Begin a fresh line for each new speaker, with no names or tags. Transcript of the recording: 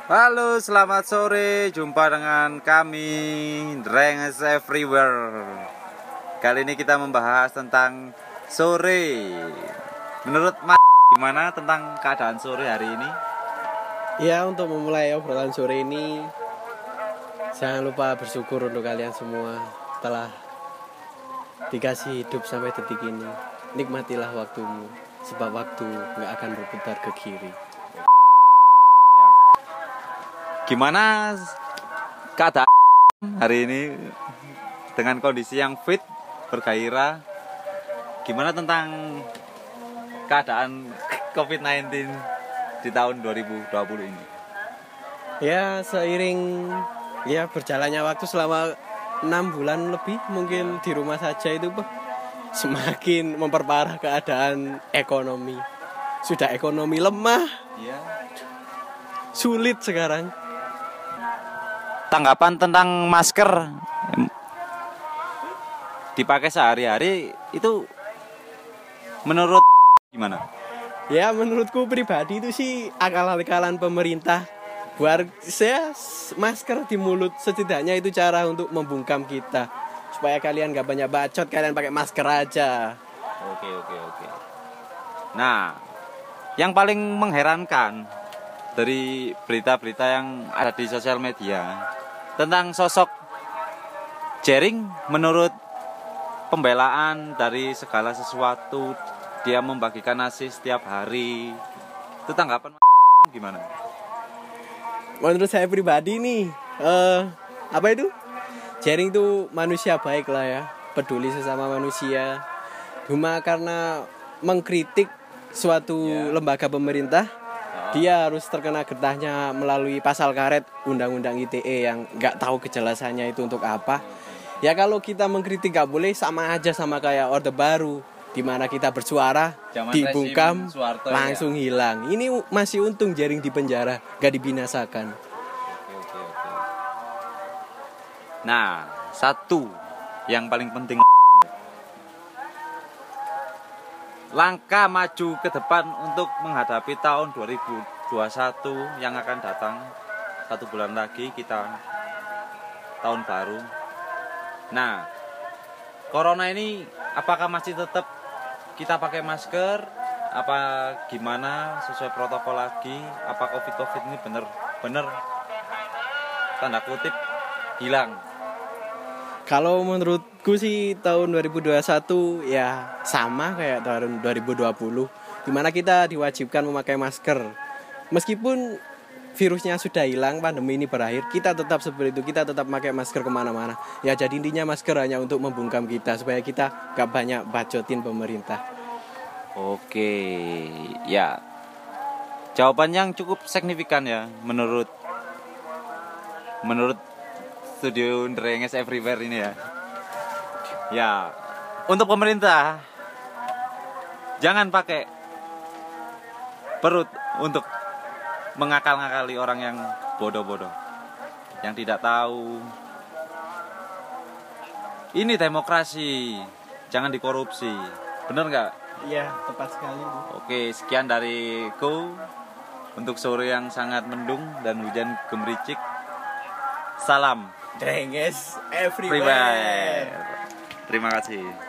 Halo, selamat sore. Jumpa dengan kami Drenges Everywhere. Kali ini kita membahas tentang sore. Menurut Mas, gimana tentang keadaan sore hari ini?
Ya, untuk memulai obrolan sore ini, jangan lupa bersyukur untuk kalian semua telah dikasih hidup sampai detik ini. Nikmatilah waktumu, sebab waktu gak akan berputar ke kiri.
Gimana keadaan hari ini dengan kondisi yang fit, bergairah? Gimana tentang keadaan COVID-19 di tahun 2020 ini?
Ya, seiring berjalannya waktu selama 6 bulan lebih mungkin di rumah saja itu semakin memperparah keadaan ekonomi. Sudah ekonomi lemah, sulit sekarang.
Tanggapan tentang masker dipakai sehari-hari itu menurut gimana?
Ya, menurutku pribadi itu sih akal-akalan pemerintah. Buat saya masker di mulut setidaknya itu cara untuk membungkam kita. Supaya kalian gak banyak bacot, kalian pakai masker aja.
Oke. Nah, yang paling mengherankan dari berita-berita yang ada di sosial media tentang sosok Jering, menurut pembelaan dari segala sesuatu, dia membagikan nasi setiap hari. Itu tanggapan gimana?
Menurut saya pribadi nih, Jering itu manusia baik lah ya, peduli sesama manusia. Cuma karena mengkritik suatu lembaga pemerintah, dia harus terkena getahnya melalui pasal karet Undang-Undang ITE yang gak tahu kejelasannya itu untuk apa. Ya kalau kita mengkritik gak boleh, sama aja sama kayak Orde Baru, dimana kita bersuara, dibungkam, langsung hilang. Ini masih untung Jering di penjara, gak dibinasakan.
Oke. Nah, satu yang paling penting, langkah maju ke depan untuk menghadapi tahun 2021 yang akan datang. 1 bulan lagi kita tahun baru. Nah, corona ini apakah masih tetap kita pakai masker? Apa gimana sesuai protokol lagi? Apa COVID ini bener tanda kutip hilang?
Kalau menurutku sih tahun 2021 ya sama kayak tahun 2020, dimana kita diwajibkan memakai masker. Meskipun virusnya sudah hilang, pandemi ini berakhir, kita tetap seperti itu, kita tetap pakai masker kemana-mana. Ya jadi intinya masker hanya untuk membungkam kita, supaya kita gak banyak bacotin pemerintah.
Oke, ya jawaban yang cukup signifikan ya menurut studio Drenges Everywhere ini ya. Ya, untuk pemerintah jangan pakai perut untuk mengakal-ngakali orang yang bodoh-bodoh, yang tidak tahu. Ini demokrasi, jangan dikorupsi. Bener nggak?
Iya, tepat sekali.
Oke, sekian dariku untuk sore yang sangat mendung dan hujan gemericik. Salam
Drenges Everywhere.
Terima kasih.